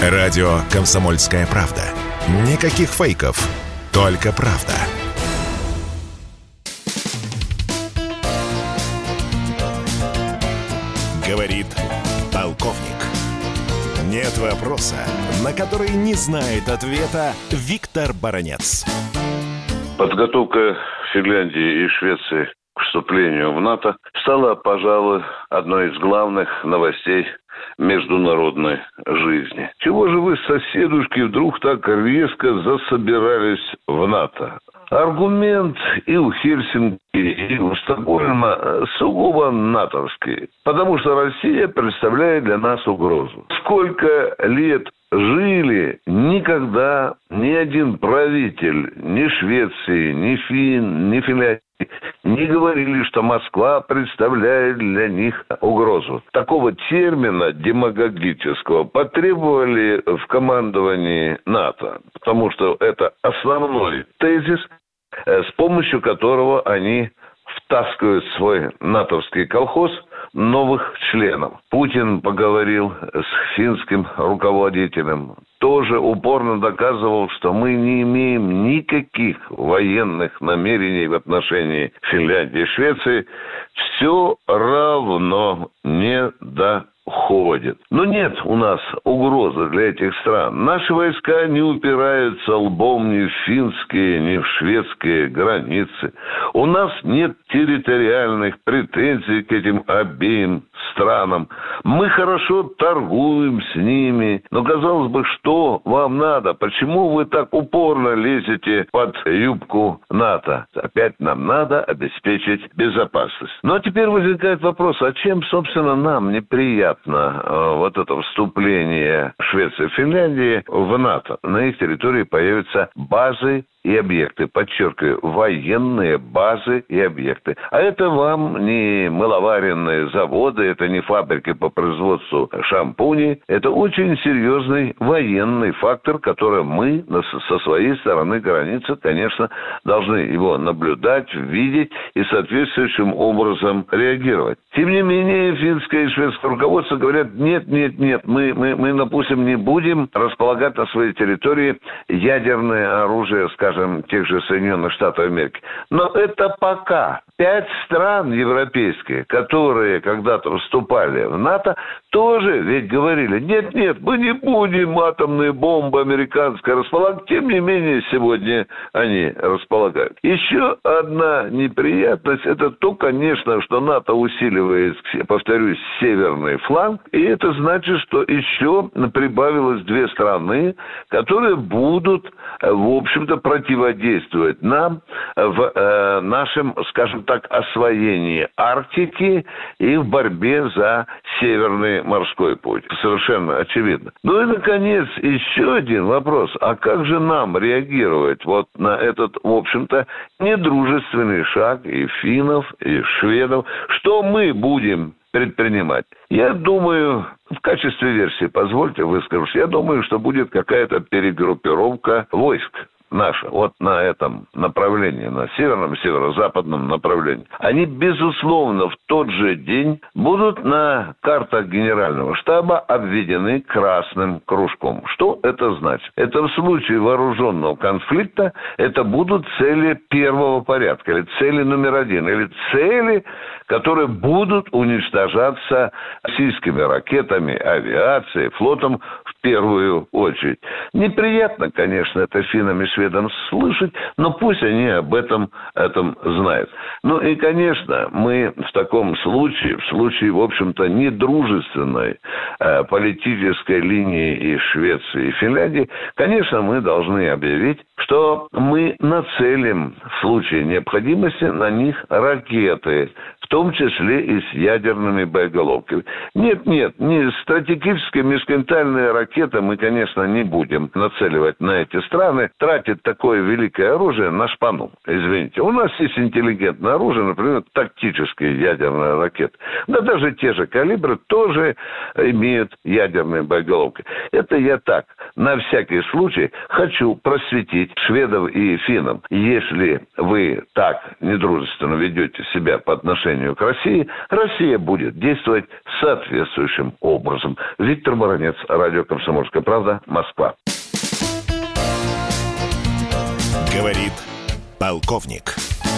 Радио «Комсомольская правда». Никаких фейков, только правда. Говорит полковник. Нет вопроса, на который не знает ответа Виктор Баранец. Подготовка Финляндии и Швеции к вступлению в НАТО стала, пожалуй, одной из главных новостей международной жизни. Чего же вы, соседушки, вдруг так резко засобирались в НАТО? Аргумент и у Хельсинки, и у Стокгольма сугубо натовский. Потому что Россия представляет для нас угрозу. Сколько лет жили, никогда ни один правитель ни Швеции, ни Финляндии не говорили, что Москва представляет для них угрозу. Такого термина демагогического потребовали в командовании НАТО, потому что это основной тезис, с помощью которого они втаскивают в свой натовский колхоз новых членов. Путин поговорил с финским руководителем, тоже упорно доказывал, что мы не имеем никаких военных намерений в отношении Финляндии и Швеции. Все равно не доходит. Но нет у нас угрозы для этих стран. Наши войска не упираются лбом ни в финские, ни в шведские границы. У нас нет территориальных претензий к этим обеим странам. Мы хорошо торгуем с ними. Но, казалось бы, что вам надо? Почему вы так упорно лезете под юбку НАТО? Опять нам надо обеспечить безопасность. Но теперь возникает вопрос, а чем, собственно, нам неприятно вот это вступление Швеции и Финляндии в НАТО? На их территории появятся базы и объекты, подчеркиваю, военные базы и объекты. А это вам не мыловаренные заводы, это не фабрики по производству шампуней. Это очень серьезный военный фактор, который мы со своей стороны границы, конечно, должны его наблюдать, видеть и соответствующим образом реагировать. Тем не менее, финское и шведское руководство говорят, нет, мы, допустим, не будем располагать на своей территории ядерное оружие, скажем, тех же Соединенных Штатов Америки. Но это пока. 5 стран европейских, которые когда-то вступали в НАТО, тоже ведь говорили, нет, мы не будем атомные бомбы американские располагать. Тем не менее, сегодня они располагают. Еще одна неприятность, это то, конечно, что НАТО усиливает, повторюсь, северный фланг. И это значит, что еще прибавилось 2 страны, которые будут, в общем-то, противодействовать нам в нашем, скажем так, освоении Арктики и в борьбе за Северный морской путь. Совершенно очевидно. Ну и, наконец, еще один вопрос. А как же нам реагировать вот на этот, в общем-то, недружественный шаг и финнов, и шведов? Что мы будем предпринимать? Я думаю, в качестве версии, позвольте выскажусь, я думаю, что будет какая-то перегруппировка войск наша, вот на этом направлении, на северном, северо-западном направлении. Они, безусловно, в тот же день будут на картах Генерального штаба обведены красным кружком. Что это значит? Это в случае вооруженного конфликта, это будут цели первого порядка, или цели номер 1, или цели, которые будут уничтожаться российскими ракетами, авиацией, флотом в первую очередь. Неприятно, конечно, это финнам и шведам слышать, но пусть они об этом знают. Ну и, конечно, мы в таком случае, в случае, в общем-то, недружественной политической линии и Швеции, и Финляндии, конечно, мы должны объявить, что мы нацелим в случае необходимости на них ракеты, в том числе и с ядерными боеголовками. Нет, не стратегические межконтинентальные ракеты мы, конечно, не будем нацеливать на эти страны, тратить такое великое оружие на шпану. Извините, у нас есть интеллигентное оружие, например, тактические ядерные ракеты. Да даже те же калибры тоже имеют ядерные боеголовки. Это я так, на всякий случай, хочу просветить шведов и финнов. Если вы так недружественно ведете себя по отношению к России, Россия будет действовать соответствующим образом. Виктор Баранец, радио «Комсомольская правда», Москва. Говорит полковник.